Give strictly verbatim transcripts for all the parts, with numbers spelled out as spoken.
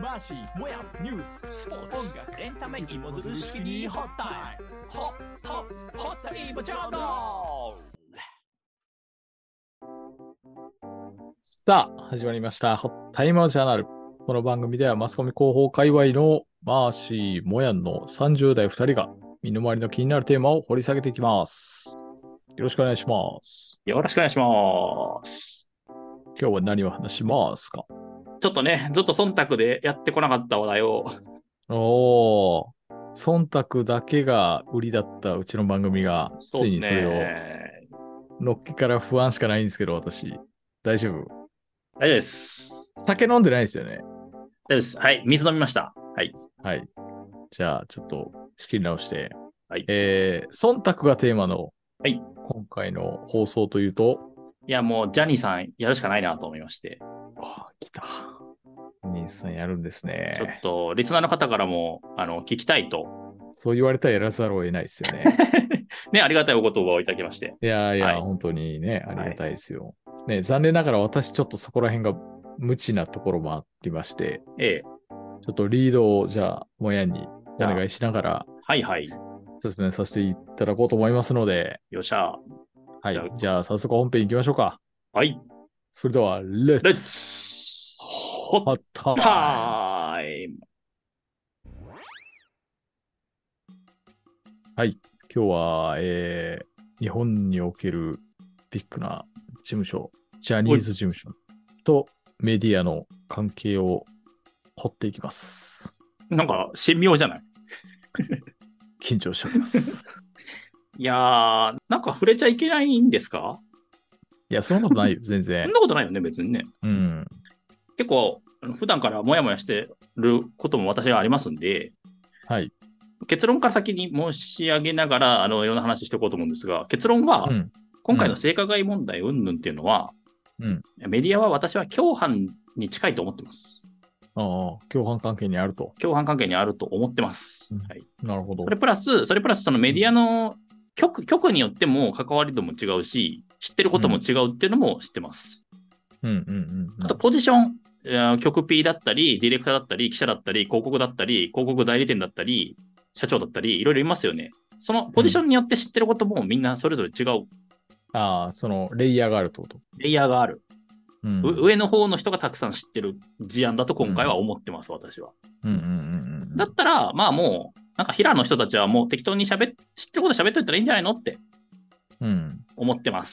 マーシー、もやニュース、スポーツ、音楽、エンタメ、芋づる式にホッタイム、ホッホッホッタイムジャーナル。 さあ、始まりました。ホッタイマージャーナル。この番組ではマスコミ広報界隈のマーシー、モヤンのさんじゅう代ふたりが身の回りの気になるテーマを掘り下げていきます。よろしくお願いします。 よろしくお願いします。 今日は何を話しますか？ ちょっとね、ずっと忖度でやってこなかった話題を。 おー、忖度だけが売りだったうちの番組が、ついにそれを、のっけから不安しかないんですけど、私。大丈夫？ 大丈夫です。 酒飲んでないですよね。 大丈夫です。はい、水飲みました。はい。 はい。じゃあ、ちょっと仕切り直して。 はい。 えー、忖度がテーマの、 はい。 今回の放送というと、 いや、もう、ジャニーさんやるしかないなと思いまして。 あ、来た。ジャニーさんやるんですね。 ちょっと、リスナーの方からも、あの、聞きたいと。 そう言われたらやらざるを得ないですよね。 ね、ありがたいお言葉をいただきまして。 いやいや、 はい、 本当にね、ありがたいですよ。はい、ね、残念ながら私ちょっとそこら辺が無知なところもありまして、 ええ、 ちょっとリードをじゃあ、もやんにお願いしながら、 はいはい。 説明させていただこうと思いますので、 よっしゃ。 はい。じゃあ、じゃあ早速本編行きましょうか。 はい。 それでは、レッツレッツホッタイム。 はい。今日は、えー、日本におけるビッグな事務所、ジャニーズ事務所とメディアの関係を掘っていきます。 なんか、神妙じゃない？ 緊張しております。 いやー、なんか触れちゃいけないんですか？ いや、そんなことないよ、全然。 そんなことないよね、別にね。 うん。 結構、普段からモヤモヤしてることも私はありますんで、 はい。 結論から先に申し上げながら、あの、いろんな話していこうと思うんですが、結論は、 うん、 今回の性加害問題云々っていうのは、 うん、 メディアは私は共犯に近いと思ってます。 ああ、共犯関係にあると。 共犯関係にあると思ってます。 うん、 はい。 なるほど。 それプラス、それプラスそのメディアの局、局によっても関わり度も違うし、知ってることも違うっていうのも知ってます。 うん、うん、うん、うん。 あと、ポジション。局 P だったり、ディレクターだったり、記者だったり、広告だったり、広告代理店だったり、社長だったり、いろいろいますよね。そのポジションによって知ってることもみんなそれぞれ違う。うん、 ああ、そのレイヤーがあるってこと。 レイヤーがある、 うん。 上の方の人がたくさん知ってる事案だと今回は思ってます、うん、私は。 うんうんうんうん、 だったら、まあもう、なんか平の人たちはもう適当に喋っ、知ってること喋っといたらいいんじゃないのって思ってます。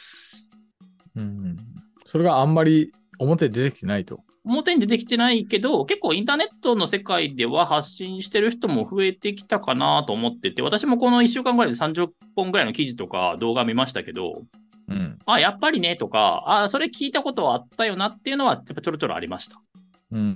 うんうん。それがあんまり表に出てきてないと。 表に出てきてないけど、結構インターネットの世界では発信してる人も増えてきたかなと思ってて、私もこのいっしゅうかんぐらいでさんじゅっぽんぐらいの記事とか動画見ましたけど、 うん、 あ、やっぱりねとか、あ、それ聞いたことはあったよなっていうのは、やっぱちょろちょろありました。 うん。うん。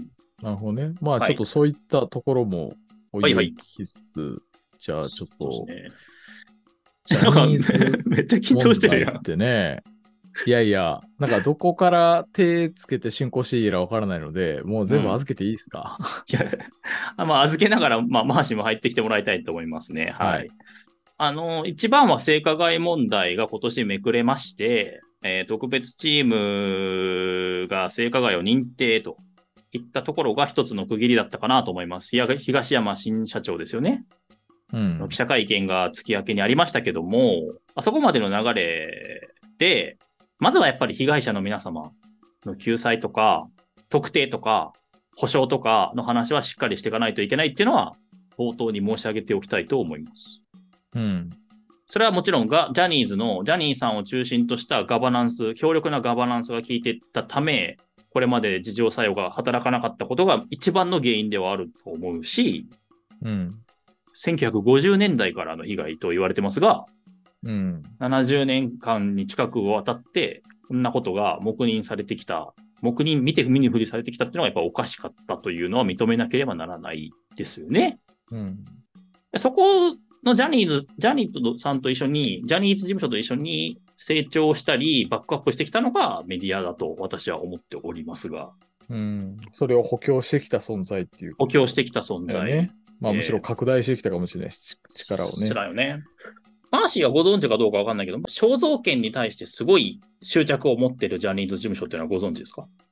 なるほどね。まあちょっとそういったところもおいおい聞きつつ、はいはい、じゃあちょっと、 ね、 ジャニーズめっちゃ緊張してるやん。 ってね、いやいや、なんかどこから手つけて進行していいかわからないので、もう全部預けていいですか？うん、 いや、まあ預けながら、まあ、マーシーも入ってきてもらいたいと思いますね。はい。はい、あの、一番は性加害問題が今年めくれまして、えー、特別チームが性加害を認定といったところが一つの区切りだったかなと思います。東山新社長ですよね。うん、記者会見が月明けにありましたけども、あそこまでの流れで、まずはやっぱり被害者の皆様の救済とか、特定とか、保障とかの話はしっかりしていかないといけないっていうのは、冒頭に申し上げておきたいと思います。 うん。 それはもちろんが、ジャニーズの、ジャニーさんを中心としたガバナンス、強力なガバナンスが効いていったため、これまで自浄作用が働かなかったことが一番の原因ではあると思うし、 うん、 せんきゅうひゃくごじゅうねんだいからの被害と言われてますが、 うん、 ななじゅうねんかんに近くわたって、こんなことが黙認されてきた、黙認見て見ぬふりされてきたっていうのがやっぱおかしかったというのは認めなければならないですよね。 うん、 そこのジャニーズ、ジャニーズさんと一緒に、ジャニーズ事務所と一緒に成長したり、バックアップしてきたのがメディアだと私は思っておりますが。 うん、それを補強してきた存在っていう、 補強してきた存在。 ね、まあ、むしろ拡大してきたかもしれない、えー、力をね。 そうだよね。マーシーはご存知かどうかわかんないけど、肖像権に対してすごい執着を持っているジャニーズ事務所っていうのはご存知ですか？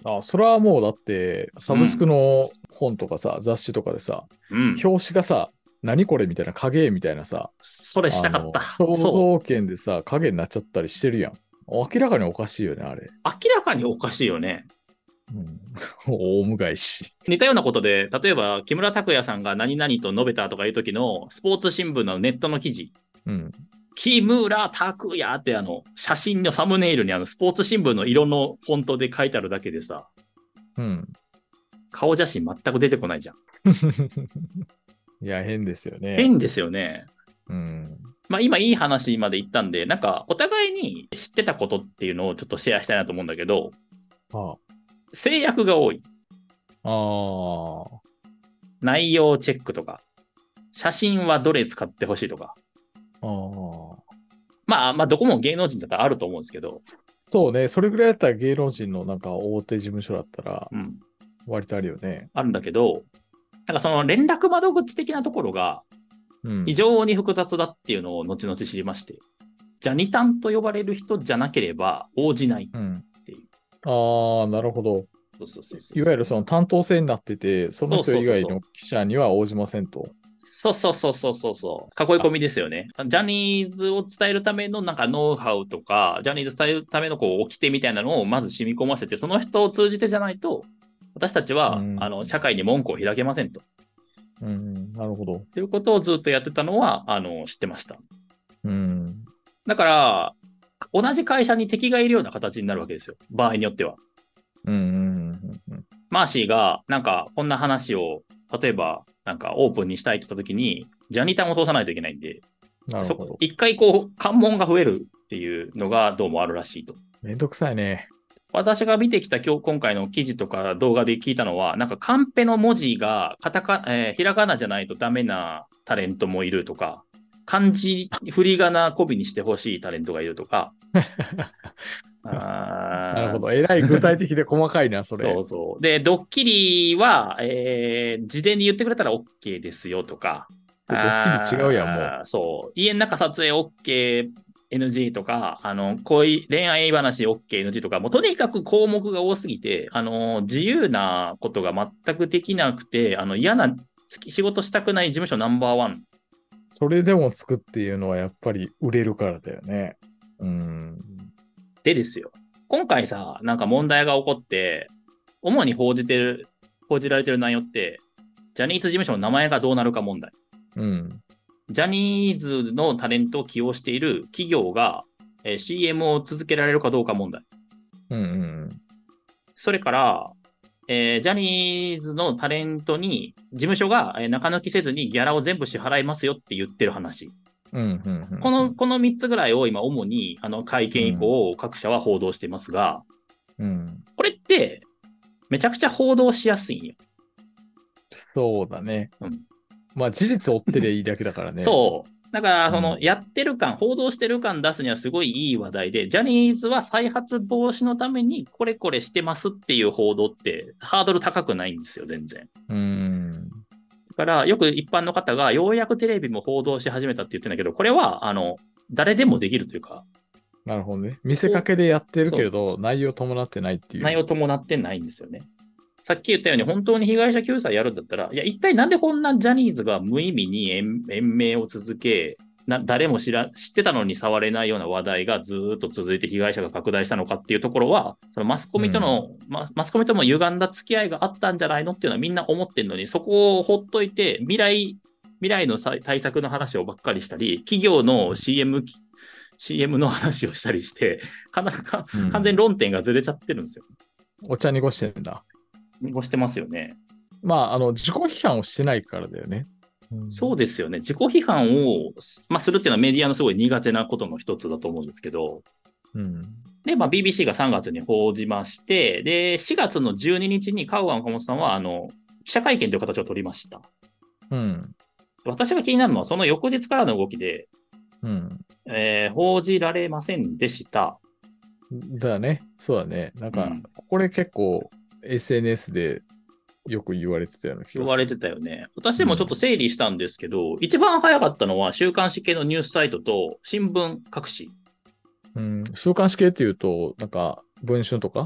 あ、それはもうだって、サブスクの本とかさ、雑誌とかでさ、 うん。 表紙がさ、何これみたいな影みたいなさ、 それしあの、 たかった。 肖そう。 像権でさ、影になっちゃったりしてるやん。明らかにおかしいよね、あれ。 明らかにおかしいよね。 うん。大無返し。 似たようなことで、例えば木村拓哉さんが何々と述べたとかいう時のスポーツ新聞のネットの記事、 うん。 木村拓哉ってあの写真のサムネイルにあのスポーツ新聞の色のフォントで書いてあるだけでさ、 うん。 顔写真全く出てこないじゃん。 いや、変ですよね。 変ですよね。 うん。 まあ今いい話まで言ったんで、なんかお互いに知ってたことっていうのをちょっとシェアしたいなと思うんだけど、 あ制約が多い。 あ。ああ。 内容チェックとか、写真はどれ使ってほしいとか。 ああ。 まあまあどこも芸能人だったらあると思うんですけど、 そうね。それぐらいだったら芸能人のなんか大手事務所だったらうん、 割とあるよね。 あるんだけど、なんかその連絡窓口的なところがうん。 非常に複雑だっていうのを後々知りまして、ジャニタンと呼ばれる人じゃなければ応じないうん。 っていう。 ああ、なるほど。 そうそうそうそう。 いわゆるその担当性になってて、その人以外の記者には応じませんと。 そうそうそうそうそうそう。囲い込みですよね。ジャニーズを伝えるためのなんかノウハウとか、ジャニーズ伝えるためのこう掟みたいなのをまず染み込ませて、その人を通じてじゃないと、私たちは、 うんあの社会に門戸を開けませんと。 うん、なるほど。 ということをずっとやってたのはあの知ってました。 うん。 だから、同じ会社に敵がいるような形になるわけですよ。場合によっては。 うんうんうんマーシーが、なんか、こんな話を、例えば、なんか、オープンにしたいって言ったときに、ジャニタンを通さないといけないんで、 なるほど。 一回こう、関門が増えるっていうのがどうもあるらしいと。 めんどくさいね。 私が見てきた今日、今回の記事とか動画で聞いたのは、なんか、カンペの文字がカタカ、えー、ひらがなじゃないとダメなタレントもいるとか、漢字、振り仮名、語尾にしてほしいタレントがいるとか、 なるほど。えらい具体的で細かいな、それ。 そうそう。で、ドッキリは、えー、事前に言ってくれたら OK ですよとか。 ドッキリ違うやん、もう。 そう。家の中撮影 OK、エヌジー とか、あの、恋、恋愛話 OK、エヌジー とか、もうとにかく項目が多すぎて、あの、自由なことが全くできなくて、あの、嫌な、仕事したくない事務所ナンバーワン。 それでもつくっていうのはやっぱり売れるからだよね。うん。 でですよ。今回さ、なんか問題が起こって、主に報じてる、報じられてる内容って、ジャニーズ事務所の名前がどうなるか問題。 うん。 ジャニーズのタレントを起用している企業が、えー、シーエム を続けられるかどうか問題。 うんうん。 それから、えー、ジャニーズのタレントに事務所が中抜きせずにギャラを全部支払いますよって言ってる話。 うんうんうん、 この、このみっつぐらいを今主にあの会見以降各社は報道していますが、 うん、 これってめちゃくちゃ報道しやすいんよ。 そうだね。 うん、 まあ事実追ってりゃいいだけだからね。 そう。だから、その、 うん、 やってる感、報道してる感出すにはすごいいい話題で、ジャニーズは再発防止のためにこれこれしてますっていう報道って、ハードル高くないんですよ、全然。 うん。 だから、よく一般の方が、ようやくテレビも報道し始めたって言ってるんだけど、これは、あの、誰でもできるというか。 なるほどね。見せかけでやってるけど、内容伴ってないっていう。 内容伴ってないんですよね。さっき言ったように、本当に被害者救済やるんだったら、いや、一体なんでこんなジャニーズが無意味に延命を続け、な誰も知ら知ってたのに触れないような話題がずっと続いて被害者が拡大したのかっていうところは、そのマスコミとの、うんマ、マスコミとも歪んだ付き合いがあったんじゃないのっていうのはみんな思ってるのに、そこをほっといて、未来、未来の対策の話をばっかりしたり、企業の シーエム、シーエム の話をしたりして、かなか完全に論点がずれちゃってるんですよ。 うん、お茶濁してるんだ。 濁してますよね。 まあ、あの、自己批判をしてないからだよね。 うん、そうですよね。自己批判を、まあ、するっていうのはメディアのすごい苦手なことの一つだと思うんですけど、 うん、 で、まあ、ビービーシー がさんがつに報じまして、で、しがつのじゅうににちにカウアン岡本さんは、あの、記者会見という形を取りました。 うん。 私が気になるのは、その翌日からの動きで、 うんえー、報じられませんでした。 だね。そうだね。なんか、うん、これ結構 エスエヌエス でよく言われてたような気がする。 言われてたよね。私もちょっと整理したんですけど、うん、一番早かったのは週刊誌系のニュースサイトと新聞各紙。 うん、週刊誌系っていうと、なんか、文春とか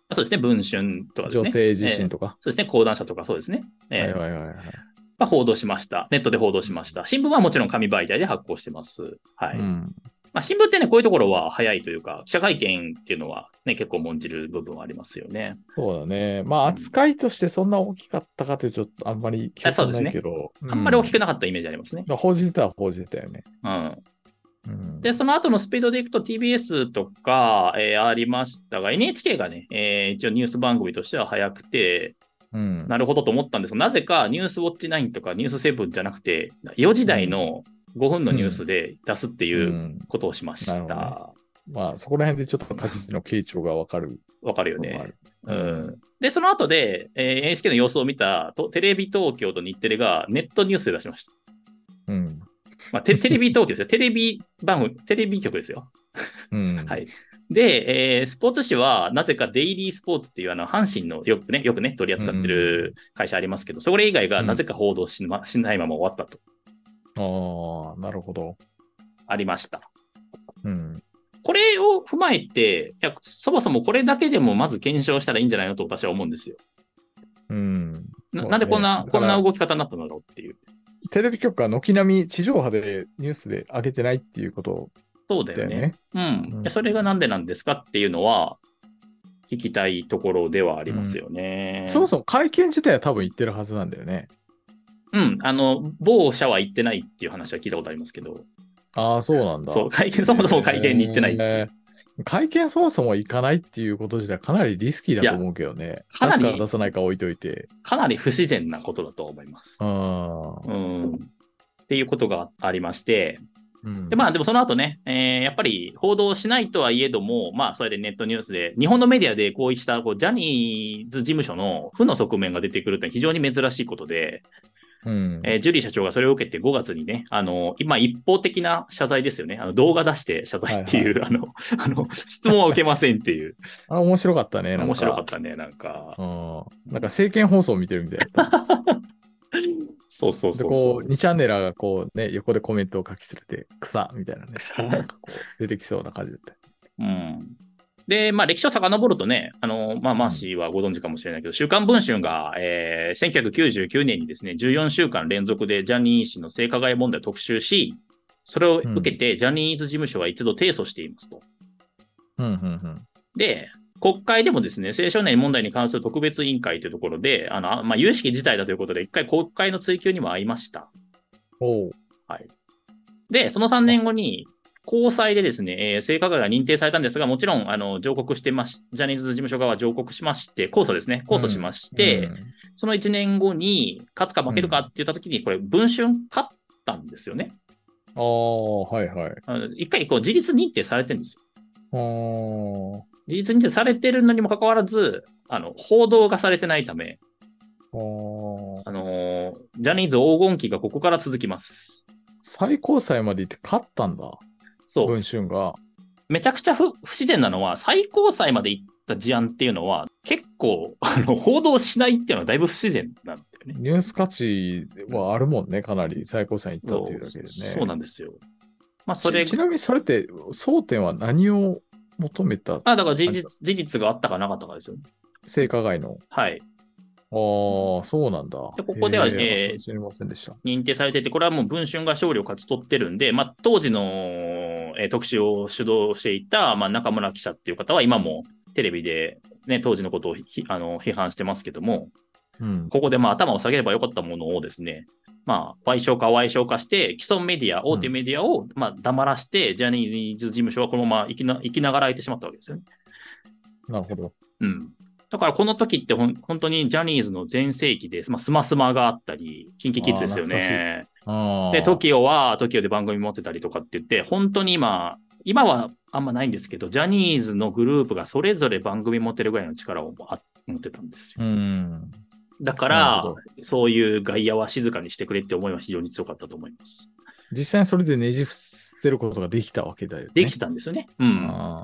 そうですね、文春とかですね。 女性自身とか。 えーそうですね、講談社とかそうですね。えーはいはいはいはい。 まあ、報道しました。ネットで報道しました。新聞はもちろん紙媒体で発行してます。はい。 うん。 まあ、新聞ってね、こういうところは早いというか、記者会見っていうのはね、結構重んじる部分はありますよね。 そうだね。まあ、扱いとしてそんな大きかったかというと、ちょっとあんまり記憶ないけど。 あんまり大きくななかったイメージありますね。 い。報じてたは報じてたよね。 うん。 うん、 で、その後のスピードでいくと ティービーエス とか、えーありましたが、エヌエイチケー がね、えー一応ニュース番組としては早くて、 うん。 なるほどと思ったんですが、なぜかニュースウォッチナインとかニュースセブンじゃなくて、よじ台のごふんのニュースで出すっていうことをしました。 うんなるほどねまあ、そこら辺でちょっと家事の傾聴がわかる。 わかるよのもあねる。 うん。で、その後で、えー エヌエイチケー の様子を見たとテレビ東京と日テレがネットニュースで出しました。 うん。 まあ、テテレビ東京ですよ。テレビ番組、テレビ局ですよ。 うん。 はい。で、えースポーツ紙はなぜかデイリースポーツっていうあの阪神のよくね、よくね、取り扱ってる会社ありますけど、それ以外がなぜか報道し,、ま、しないまま終わったと。 ああ、なるほど。 ありました。 うん。 これを踏まえて、いや、そもそもこれだけでもまず検証したらいいんじゃないのと私は思うんですよ。 うん。 ななんでこんな、こんな動き方になったんだろうっていう。 テレビ局は軒並み地上波でニュースで上げてないっていうことそうだよね。 だよね。 うん。それがなんでなんですかっていうのは、聞きたいところではありますよね。 うん、そもそも会見自体は多分言ってるはずなんだよね。 うん。あの、某社は行ってないっていう話は聞いたことありますけど。 ああ、そうなんだ。 そう、会見、そもそも会見に行ってないっていう。 えー会見そもそも行かないっていうこと自体かなりリスキーだと思うけどね。 かなり出すか出さないか置いといて。 かなり不自然なことだと思います。 あうん。っていうことがありまして、 うん、 で、まあでもその後ね、えーやっぱり報道しないとはいえども、まあそれでネットニュースで、日本のメディアでこうしたこうジャニーズ事務所の負の側面が出てくるって非常に珍しいことで、 うんえージュリー社長がそれを受けてごがつにね、あの、今一方的な謝罪ですよね。あの動画出して謝罪っていう、 はいあの、あの、質問は受けませんっていう。 あ、面白かったね。なんか面白かったね、なんか。 うん。なんか政見放送見てるみたいだった。 そうそうで、 そうそう。 こう、にチャンネラーがこうね、横でコメントを書き連れて、草みたいなね。 草なんかこう、出てきそうな感じだった。 うん。で、まあ、歴史を遡るとね、あの、まあ、マーシーはご存知かもしれないけど、週刊文春が、えー、せんきゅうひゃくきゅうじゅうきゅうねんにですね、じゅうよんしゅうかん連続でジャニー氏の性加害問題を特集し、それを受けて、ジャニーズ事務所は一度提訴していますと。 うん、うん、うん。 で、国会でもですね、青少年問題に関する特別委員会というところで、あの、まあ、有識事態だということで、一回国会の追及にも会いました。 おう。 はい。で、そのさんねんごに、高裁でですね、えー性加害が認定されたんですが、もちろん、あの、上告してまし、ジャニーズ事務所側は上告しまして、控訴ですね、控訴しまして、 うんそのいちねんごに、勝つか負けるかって言ったときに、これ、文春勝ったんですよね。 ああ、はいはい。 あの一回、こう、事実認定されてるんですよ。 あー事実認定されてるのにもかかわらず、あの、報道がされてないため、 あー。 あのージャニーズ黄金期がここから続きます。 最高裁まで行って勝ったんだ。 そう。 文春が。 めちゃくちゃ不不自然なのは、最高裁まで行った事案っていうのは、結構、あの、報道しないっていうのはだいぶ不自然なんだよね。 ニュース価値はあるもんね、かなり最高裁に行ったっていうだけでね。 そうそうなんですよ。まあ、それちちなみにそれって争点は何を求めたあ、だから事実、事実があったかなかったかですよね。 性加害の。 はい。 ああ、そうなんだ。 でここではへーえーそう知りませんでした。 認定されてて、これはもう文春が勝利を勝ち取ってるんで、まあ、当時の、えー特集を主導していた、まあ、中村記者っていう方は今もテレビで、ね、当時のことをひあの批判してますけども、 うん。 ここでまあ頭を下げればよかったものをですね、まあ、賠償か賠償化して、既存メディア、大手メディアをまあ黙らして、ジャニーズ事務所はこのまま生きな生きながらえてしまったわけですよね。 なるほど。 うん。だからこの時ってほん本当にジャニーズの全盛期で、まあ、スマスマがあったり、キンキキッズですよね。 あで、トキオはトキオで番組持ってたりとかって言って、本当に今、今はあんまないんですけど、ジャニーズのグループがそれぞれ番組持ってるぐらいの力をあ持ってたんですよ。 うん。 だからなるほど、 そういう外野は静かにしてくれって思いは非常に強かったと思います。 実際にそれでねじ伏せることができたわけだよね。 できてたんですよね。うん。 あ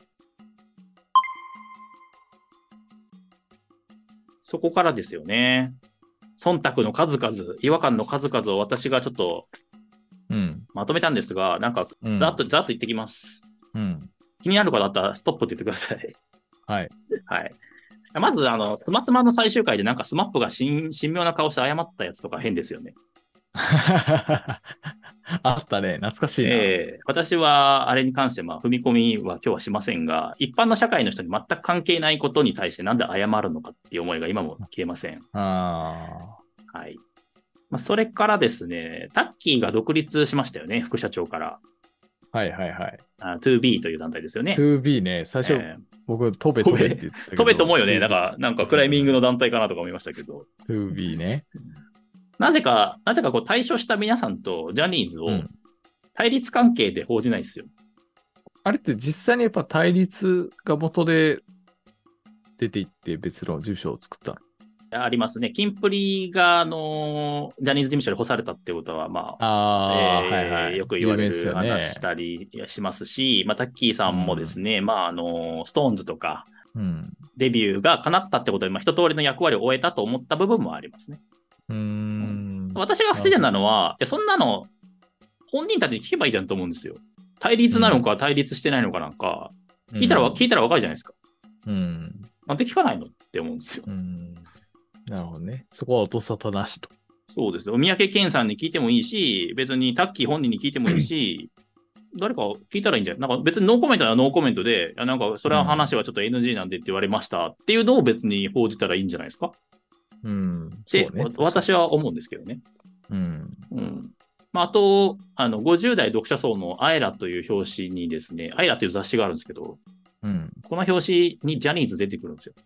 そこからですよね。忖度の数々、違和感の数々を私がちょっとーうん。 まとめたんですが、なんかうんざっと、ざっと言ってきます。 うん。 気になる方だったらストップって言ってください。 はい。 はい。 まず、あの、つまつまの最終回でなんかスマップが神神妙な顔して謝ったやつとか変ですよね。 あったね。懐かしいな。 えー私はあれに関して、まあ、踏み込みは今日はしませんが、一般の社会の人に全く関係ないことに対してなんで謝るのかっていう思いが今も消えません。 あはい。まあ、それからですね、タッキーが独立しましたよね、副社長から。 あ。はいはいはい。 あ ツービー という団体ですよね。 ツービー ね、最初、 えー僕、飛べ飛べって言ってたけど。 飛べと思うよね。 ツービーなんか、なんかクライミングの団体かなとか思いましたけど。 ツービー ね。 なぜか、なぜかこう対処した皆さんとジャニーズをうん対立関係で報じないですよ。 あれって実際にやっぱ対立が元で出ていって別の事務所を作ったの？ ありますね。キンプリが、あの、ジャニーズ事務所で干されたってことは、まあ、 ああ、 えーはいはい。 よく言われ有名でするよね話したりしますし、まあ、タッキーさんもですね、まあ、あの、ストーンズとか、 うん。 デビューが叶ったってことで、まあ、一通りの役割を終えたと思った部分もありますね。 うーん。 私が不自然なのは、いやそんなの、本人たちに聞けばいいじゃんと思うんですよ。対立なのか、対立してないのかなんか、聞いたら、 うん聞いたらわかるじゃないですか。 うん。 なんで聞かないのって思うんですよ。 うん。なるほどね。そこは音沙汰なしと。 そうですね。三宅健さんに聞いてもいいし、別にタッキー本人に聞いてもいいし、誰か聞いたらいいんじゃないなんか別にノーコメントならノーコメントで、いやなんかそれは話はちょっと エヌジー なんでって言われましたっていうのを別に報じたらいいんじゃないですかうん。 って、 そうね。 わ私は思うんですけどね。 うん。 うん。まあ、あと、あの、ごじゅう代読者層のアイラという表紙にですね、アイラという雑誌があるんですけど、 うん。 この表紙にジャニーズ出てくるんですよ。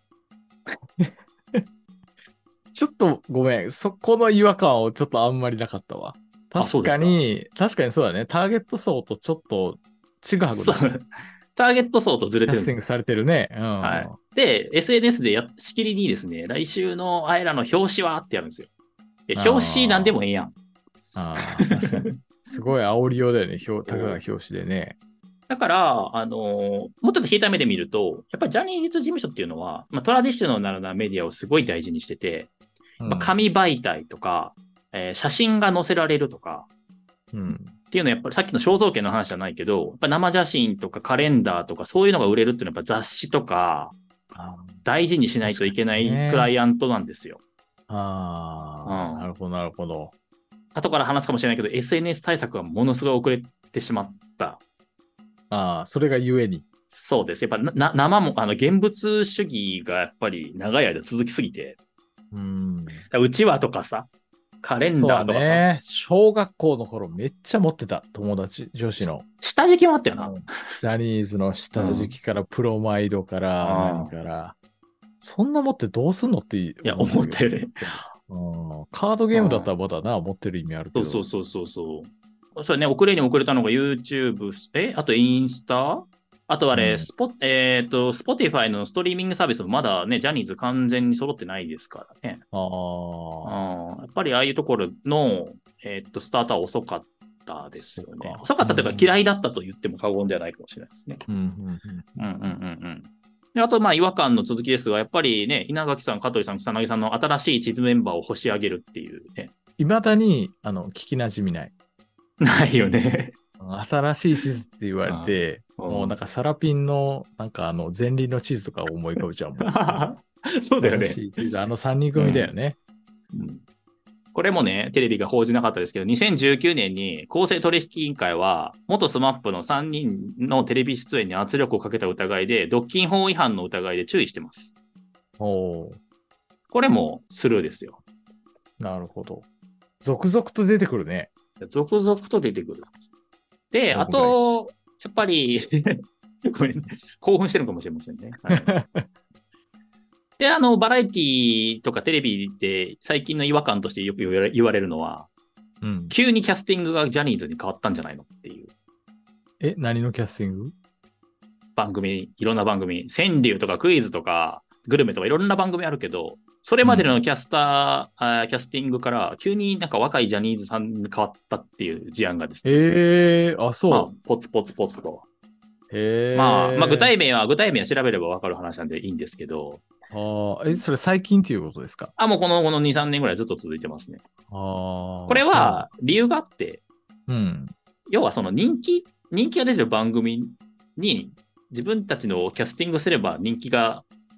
ちょっとごめん。そこの違和感をちょっとあんまりなかったわ。確あそうですかかに、確かにそうだね。ターゲット層とちょっと違うな。 そう。ターゲット層とずれてるんですよ。 キャスティングされてるね。うん。 はい。で、エスエヌエス でやしきりにですね、来週のアイラの表紙はってやるんですよ。いや表紙なんでもええやん。 ああ、確かに。すごい煽りようだよね。表たかが表紙でね。 だから、あのーもうちょっと引いた目で見ると、やっぱりジャニーズ事務所っていうのは、まあ、トラディショナルなメディアをすごい大事にしてて、 うんまあ、紙媒体とか、えー写真が載せられるとか、 うん。 っていうのはやっぱりさっきの肖像権の話じゃないけど、やっぱ生写真とかカレンダーとかそういうのが売れるっていうのはやっぱ雑誌とかあ大事にしないといけない確かにねクライアントなんですよ。 あー、 うんなるほど、なるほど。 後から話すかもしれないけど、エスエヌエス 対策がものすごい遅れてしまった。 ああ、それがゆえに。 そうです。やっぱな生も、あの、現物主義がやっぱり長い間続きすぎて、 うん。 うちわとかさ、カレンそうだダーとかさ、 ね。小学校の頃めっちゃ持ってた。友達、女子の。 下敷きもあったよな。 ジャニーズの下敷きから、プロマイドから、 うん何から。そんな持ってどうすんのっていいや、思ったよね。 うんカードゲームだったらまだな、持ってる意味あるけど。 そうそうそうそうそう。それね、遅れに遅れたのが YouTube、えあとインスタあとあれ、 うんスポえっ、と、Spotify のストリーミングサービスもまだね、ジャニーズ完全に揃ってないですからね。 ああ。 うんやっぱりああいうところの、えっ、と、スタートは遅かったですよねそっ。か遅かったというか、 うん嫌いだったと言っても過言ではないかもしれないですね。 うんうんうん。 うんうんうんうん。であと、まあ、違和感の続きですが、やっぱりね、稲垣さん、香取さん、草薙さんの新しい地図メンバーを星上げるっていうね。 いまだに、あの、聞き馴染みない。 ないよね。 新しい地図って言われて、 うんもうなんかサラピンの、なんかあの、前輪の地図とか思い浮かべちゃうもん。 そうだよね新しい地図あのさんにん組だよね。 うんこれもね、テレビが報じなかったですけど、にせんじゅうきゅうねんに公正取引委員会は、元スマップのさんにんのテレビ出演に圧力をかけた疑いで、独禁法違反の疑いで注意してます。 おーこれもスルーですよ。 なるほど。続々と出てくるね。 続々と出てくる。で、あ僕らと、やっぱりごめん、興奮してるかもしれませんね。はいで、あの、バラエティとかテレビで最近の違和感としてよく言われ言われるのは、 うん。 急にキャスティングがジャニーズに変わったんじゃないのっていうえ、何のキャスティング？ 番組、いろんな番組、川柳とかクイズとかグルメとかいろんな番組あるけど、それまでのキャスター、あーキャスティングから急になんか若いジャニーズさんに変わったっていう事案がですね、 えー、あ、そう。 まあ、ポツポツポツと。 へーまあ、まあ、具体名は、具体名は調べればわかる話なんでいいんですけど、 ああ、え、それ最近っていうことですか？ あ、もうこの、このに、さんねんぐらいずっと続いてますね。 ああ。 これは理由があって、 そう、うん。 要はその人気、人気が出てる番組に自分たちのキャスティングすれば人気が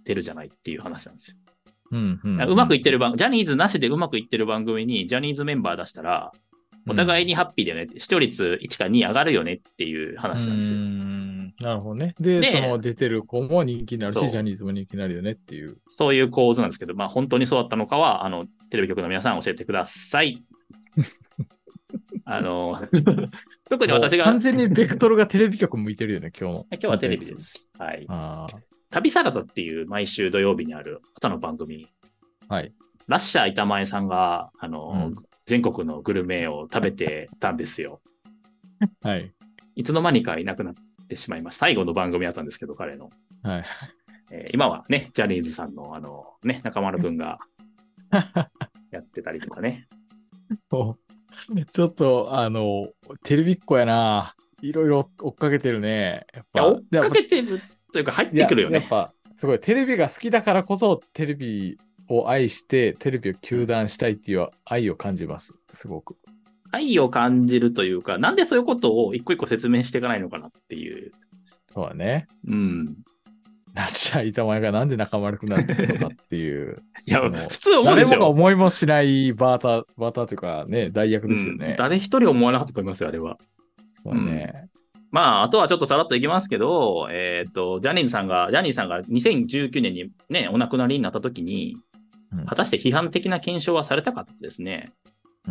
てるじゃないっていう話なんですよ。 うんうんうん、 うまくいってる番、ジャニーズなしでうまくいってる番組にジャニーズメンバー出したら、お互いにハッピーだよねって、視聴率いちかに上がるよねっていう話なんですよ。 うーんなるほどね。で、 でその出てる子も人気になるし、 そうジャニーズも人気になるよねっていう。 そういう構図なんですけど、まあ本当にそうだったのかは、あの、テレビ局の皆さん教えてください。あの、特に私が。 完全にベクトルがテレビ局向いてるよね、今日の。 今日はテレビです。はい。 あ旅サラダっていう毎週土曜日にある朝の番組。 はい。 ラッシャー板前さんが、あの、 うん、 全国のグルメを食べてたんですよ。 はい。 いつの間にかいなくなってしまいました。最後の番組だったんですけど、彼の。 はい。 えー、今はね、ジャニーズさんの、あの、ね、中丸くんがやってたりとかね。 ちょっと、あの、テレビっ子やな。いろいろ追っかけてるね。やっぱいや、追っかけてるというか入ってくるよね。 や, やっぱ、すごい、テレビが好きだからこそ、テレビを愛して、テレビを糾弾したいっていう愛を感じます。すごく。 愛を感じるというか、なんでそういうことを一個一個説明していかないのかなっていう。 そうだね。 うん。 ラッシャー板前がなんで中丸くんなってるのかっていう。 いや、普通思うでしょ。 誰もが思いもしないバーター、バーターというかね、代役ですよね。 うん、誰一人思わなかったと思いますよ、あれは。 そうね。 うん、まあ、あとはちょっとさらっといきますけど、えっと、ジャニーズさんが、ジャニーズさんがにせんじゅうきゅうねんにね、お亡くなりになった時に、うん、果たして批判的な検証はされたかったですね。 うん。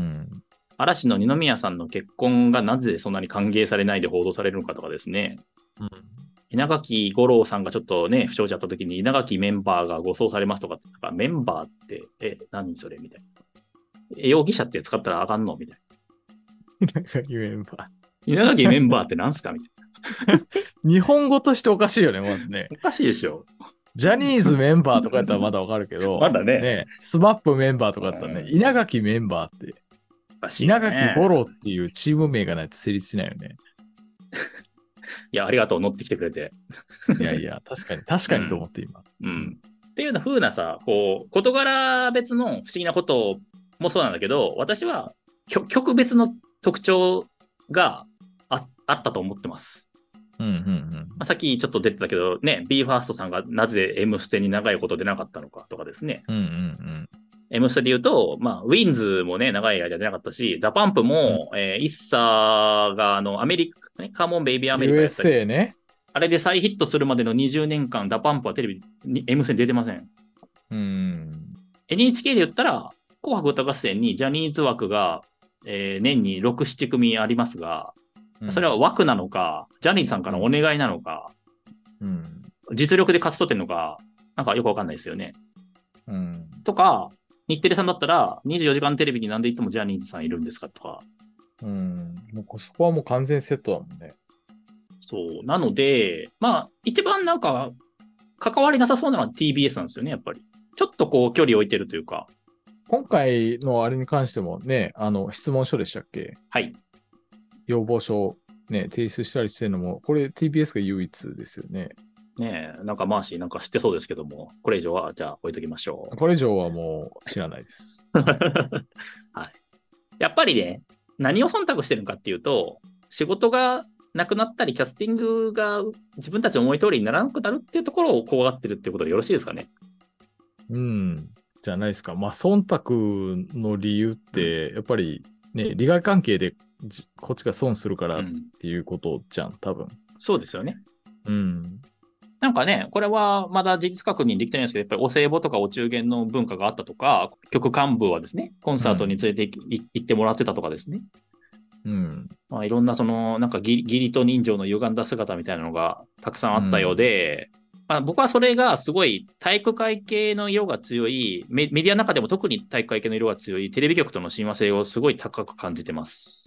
嵐の二宮さんの結婚がなぜそんなに歓迎されないで報道されるのかとかですね。うん、稲垣吾郎さんがちょっとね、不祥事あった時に稲垣メンバーが護送されますとか、メンバーって、え、何それみたいな。容疑者って使ったらあかんのみたいな。稲垣メンバー。 稲垣メンバーって何すかみたいな。 日本語としておかしいよね、まずね。 おかしいでしょ。 ジャニーズメンバーとかやったらまだわかるけど、 まだね。 ね、スマップメンバーとかやったらね、稲垣メンバーって、 おかしいね、稲垣吾郎っていうチーム名がないと成立しないよね。 いや、ありがとう、乗ってきてくれて。 いやいや、確かに、確かにと思って今。 うん。うん、っていうような風なさ、こう、事柄別の不思議なこともそうなんだけど、私は曲別の特徴が あ, あったと思ってます。 うんうんうんまあ、さっきちょっと出てたけど、ね、ビーファーストさんがなぜ M ステに長いこと出なかったのかとかですね。 うんうんうん、 M ステで言うと、まあ、ウィンズもね、長い間出なかったし、ダパンプも、うん、えー、イッサが、あの、アメリカ、ね、カモンベイビーアメリカやったり。 ユーエスエー ね。 あれで再ヒットするまでのにじゅうねんかん、ダパンプはテレビに M ステに出てません。 うん。 エヌエイチケー で言ったら、紅白歌合戦にジャニーズ枠が、えー、年にろく、なな組ありますが、それは枠なのか、ジャニーズさんからのお願いなのか、 うん、 実力で勝ち取ってるのか、なんかよくわかんないですよね。 うん、とか、日テレさんだったら、にじゅうよじかんテレビになんでいつもジャニーズさんいるんですかとか。 うん、もうそこはもう完全セットだもんね。 そう。なので、まあ、一番なんか、関わりなさそうなのは ティービーエス なんですよね、やっぱり。ちょっとこう、距離を置いてるというか。 今回のあれに関してもね、あの、質問書でしたっけ？ はい。 要望書、ね、提出したりしてるのも、これ ティービーエス が唯一ですよね。 ねえ、なんかマーシーなんか知ってそうですけども、これ以上はじゃあ置いときましょう。 これ以上はもう知らないです。 はい。やっぱりね、何を忖度してるのかっていうと、仕事がなくなったり、キャスティングが自分たちの思い通りにならなくなるっていうところを怖がってるっていうことでよろしいですかね。 うん、じゃないですか。まあ、忖度の理由って、うん、やっぱりね、利害関係でこっちが損するからっていうことじゃん、うん、多分。 そうですよね。 うん。 なんかね、これはまだ事実確認できてないんですけど、やっぱりお歳暮とかお中元の文化があったとか、曲幹部はですね、コンサートに連れて行ってもらってたとかですね。 うん。 まあ、いろんなその、なんか義理と人情の歪んだ姿みたいなのがたくさんあったようで、うんまあ、僕はそれがすごい体育会系の色が強いメ、メディアの中でも特に体育会系の色が強いテレビ局との親和性をすごい高く感じてます。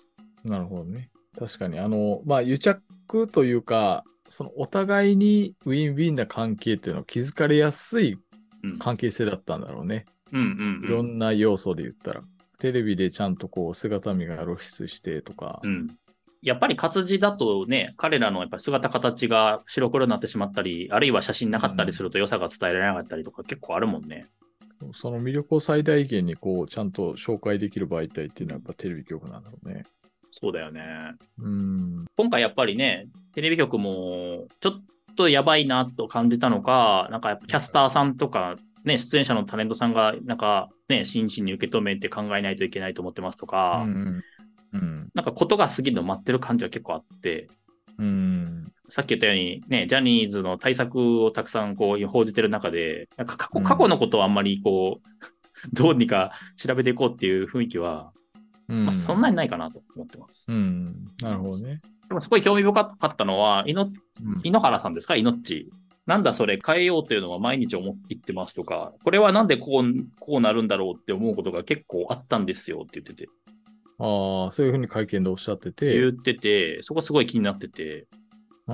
なるほどね。確かに、あの、まあ、癒着というか、そのお互いにウィンウィンな関係っていうのを築かれやすい関係性だったんだろうね。 うんうんうん、 いろんな要素で言ったら。テレビでちゃんとこう姿見が露出してとか。 うん、やっぱり活字だとね、彼らのやっぱり姿形が白黒になってしまったり、あるいは写真なかったりすると良さが伝えられなかったりとか結構あるもんね。 うん、その魅力を最大限にこうちゃんと紹介できる媒体っていうのはやっぱテレビ局なんだろうね。 そうだよね。 うん。 今回やっぱりね、テレビ局もちょっとやばいなと感じたのか、なんかやっぱキャスターさんとか、ね、出演者のタレントさんが、なんかね、真摯に受け止めて考えないといけないと思ってますとか、 うんうん。 なんかことが過ぎるの待ってる感じは結構あって、 うん。 さっき言ったようにね、ジャニーズの対策をたくさんこう報じてる中で、なんか過去、過去のことをあんまりこう、どうにか調べていこうっていう雰囲気は、 うんまあ、そんなにないかなと思ってます。 うん。なるほどね。 でもすごい興味深かったのは、いのうん井ノ原さんですか、いのっち。なんだそれ変えようというのは毎日思ってってますとか、これはなんでこう、こうなるんだろうって思うことが結構あったんですよって言ってて。 ああ、そういうふうに会見でおっしゃってて。 言ってて、そこすごい気になってて。 うん。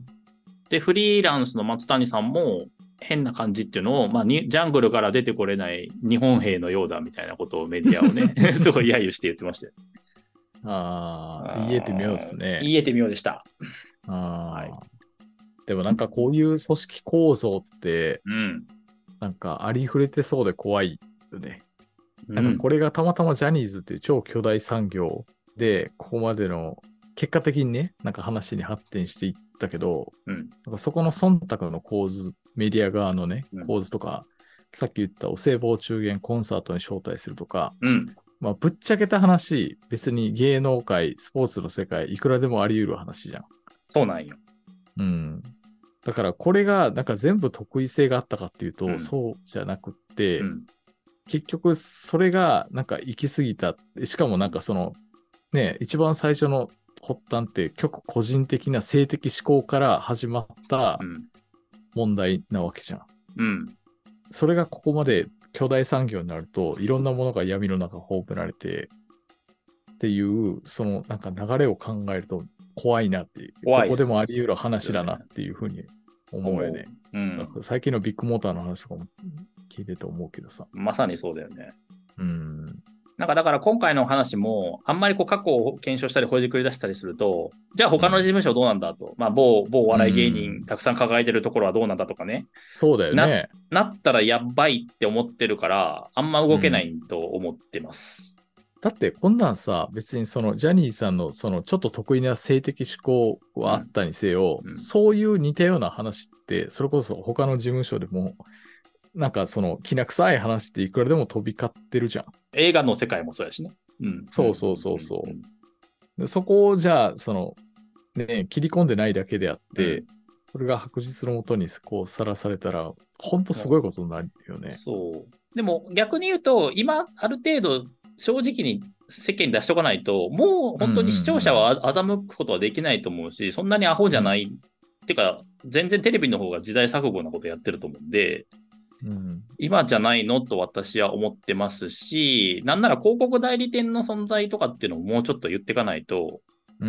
で、フリーランスの松谷さんも変な感じっていうのを、まあ、にジャングルから出てこれない日本兵のようだみたいなことをメディアをね、すごい揶揄して言ってましたよ。 ああ、言えてみようですね。 言えてみようでした。 ああ、 はい、 でもなんかこういう組織構造って、 うん、 なんかありふれてそうで怖いよね。 うん、 なんかこれがたまたまジャニーズっていう超巨大産業で、ここまでの結果的にね、なんか話に発展していったけど、 うん、 なんかそこの忖度の構図、メディア側のね、構図とか、うん、さっき言ったお歳暮中元コンサートに招待するとか、 うん、 まあぶっちゃけた話、別に芸能界、スポーツの世界、いくらでもあり得る話じゃん。 そうなんよ。 うん。だからこれがなんか全部得意性があったかっていうと、うん、そうじゃなくって、うん、結局それがなんか行き過ぎた。しかもなんかそのね、一番最初の発端って極個人的な性的思考から始まった問題なわけじゃん。 うん。 それがここまで巨大産業になると、いろんなものが闇の中葬られてっていう、そのなんか流れを考えると怖いなっていう、どこでもあり得る話だなっていうふうに思うよね。うん、だから最近のビッグモーターの話とかも聞いてて思うけどさ。 まさにそうだよね。 うん。 なんかだから今回の話も、あんまりこう過去を検証したりほじくり出したりすると、じゃあ他の事務所どうなんだと、うん、まあ某、某お笑い芸人たくさん抱えてるところはどうなんだとかね。 そうだよね。 な、なったらやばいって思ってるから、あんま動けないと思ってます。 うん、だってこんなんさ、別にそのジャニーさんのそのちょっと得意な性的思考はあったにせよ、うんうん、そういう似たような話って、それこそ他の事務所でも、なんかそのきな臭い話っていくらでも飛び交ってるじゃん。 映画の世界もそうやしね。 うん、そうそうそうそう。うん、でそこをじゃあそのね切り込んでないだけであって、うん、それが白日のもとにこうさらされたら本当すごいことになるよね。 そう。でも逆に言うと今ある程度正直に世間に出しとかないともう本当に視聴者は欺くことはできないと思うし、そんなにアホじゃない、うん、ってか全然テレビの方が時代錯誤なことやってると思うんで。うん、今じゃないのと私は思ってますし、なんなら広告代理店の存在とかっていうのをもうちょっと言っていかないと、 うん、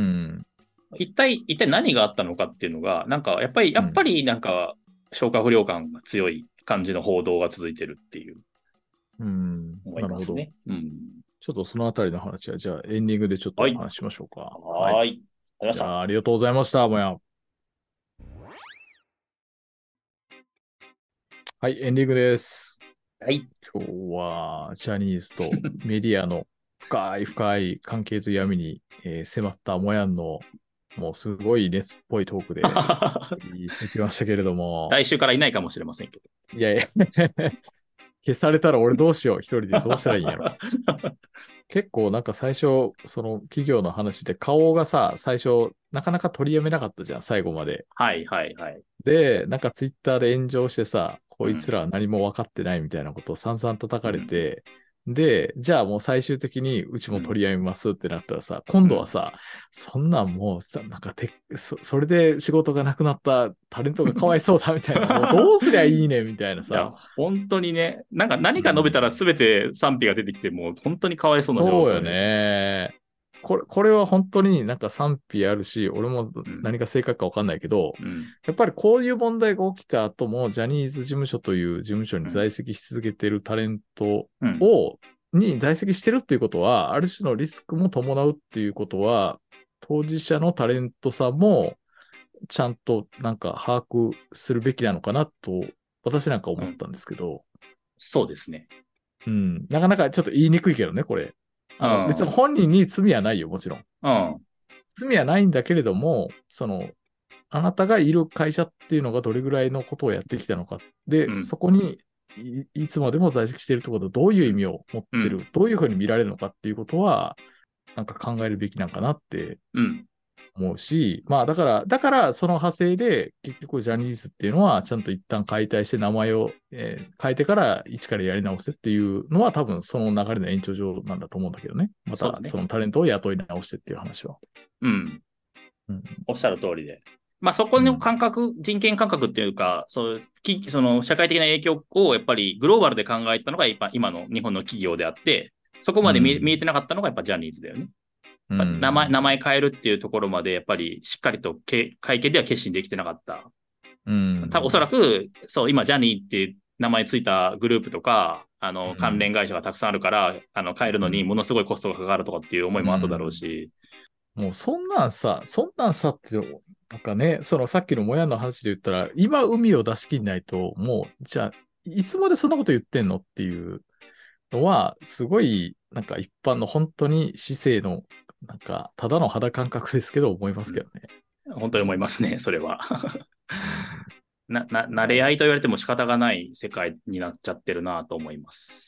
一体、一体何があったのかっていうのが、なんかやっぱり、やっぱりなんか消化不良感が強い感じの報道が続いてるっていう、 うん、 思いますね。 うん、ちょっとそのあたりの話は、じゃあエンディングでちょっとお話ししましょうか。 はい。はい。 はい、じゃあ、ありがとうございました、もや。はい、エンディングです。 はい。 今日は、ジャニーズとメディアの深い深い関係と闇に、えー、迫ったもやんの、もうすごい熱っぽいトークで言ってきましたけれども。 来週からいないかもしれませんけど。 いやいや、消されたら俺どうしよう、一人でどうしたらいいんやろ。結構なんか最初、その企業の話で顔がさ、最初、なかなか取りやめなかったじゃん、最後まで。 はいはいはい。 で、なんかツイッターで炎上してさ、こいつらは何も分かってないみたいなことを散々叩かれて、うん、で、じゃあもう最終的にうちも取りやめますってなったらさ、うん、今度はさ、そんなんもうさ、なんかてそ、それで仕事がなくなったタレントがかわいそうだみたいな、もうどうすりゃいいねみたいなさ。いや、 本当にね、なんか何か述べたら全て賛否が出てきて、もう本当にかわいそうな状態。 そうよね。これ、これは本当になんか賛否あるし、俺も何が正確か分かんないけど、うん、やっぱりこういう問題が起きた後も、ジャニーズ事務所という事務所に在籍し続けているタレントを、うん、に在籍してるっていうことは、ある種のリスクも伴うっていうことは、当事者のタレントさんもちゃんとなんか把握するべきなのかなと、私なんか思ったんですけど。うん、 そうですね。 うん。なかなかちょっと言いにくいけどね、これ。あの、うん、別に本人に罪はないよ、もちろん。 うん。 罪はないんだけれども、その、 あなたがいる会社っていうのがどれぐらいのことをやってきたのか。で、 うんそこにい、いつまでも在籍しているってことはどういう意味を持ってる、 うん、 どういうふうに見られるのかっていうことは、なんか考えるべきなんかなってうん、 思うし、まあだから、だからその派生で結局ジャニーズっていうのはちゃんと一旦解体して名前を、えー変えてから一からやり直せっていうのは多分その流れの延長上なんだと思うんだけどね。まそうね。 たそのタレントを雇い直してっていう話は。 うん。 うん。 おっしゃる通りで。まあ、そこの感覚、人権感覚っていうか、そうきその社会的な影響をやっぱりグローバルで考えてたのが今今の日本の企業であって、そこまで見,、 うん見えてなかったのがやっぱジャニーズだよね。 うまあ名前名ん。 前変えるっていうところまでやっぱりしっかりとけ会見では決心できてなかった。 うん多分おそらく、そう、今、ジャニーって名前ついたグループとか、あの、関連会社がたくさんあるから、あの、変えるのにものすごいコストがかかるとかっていう思いもあっただろうし、 もうそんなんさ、そんなんさって、なんかね、そのさっきのもやんの話で言ったら、今海を出し切んないと、もう、じゃあ、いつまでそんなこと言ってんのっていうのは、すごい、なんか一般の本当に市政の、なんか、ただの肌感覚ですけど、思いますけどね。 本当に思いますね、それは。 うんな、な、慣れ合だからいと言われても仕方がない世界になっちゃってるなと思います。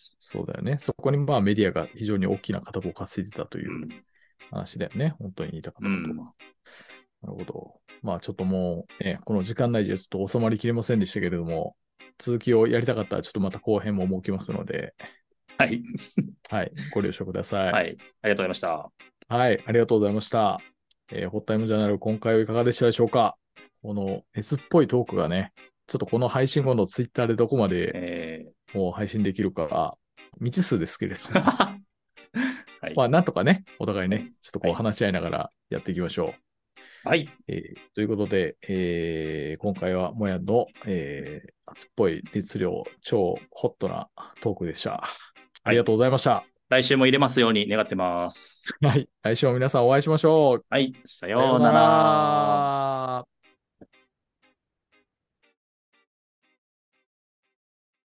そうだよね。そこにまあメディアが非常に大きな片棒を担いでたといううん。 話だよね。本当に言いたかっうん。 たことは。なるほど。まあちょっともう、ね、この時間内でちょっと収まりきれませんでしたけれども、続きをやりたかったらちょっとまた後編も設けますので、 はい。 はい、ご了承ください。 はい。ありがとうございました。 はい、ありがとうございました。えーホットタイムジャーナル、今回はいかがでしたでしょうか。この S っぽいトークがね、ちょっとこの配信後のツイッターでどこまでえもう配信できるかは未知数ですけれどー、 も、 はまあい。 なんとかね、お互いね、ちょっとこうはい。 話し合いながらやっていきましょう。 はい。 えーということで、えー今回はもやんの、えー熱っぽい熱量、超ホットなトークでした。ありがとうございました。 来週も入れますように願ってます。 はい。来週も皆さんお会いしましょう。 はい。ささようなようなら。 ら。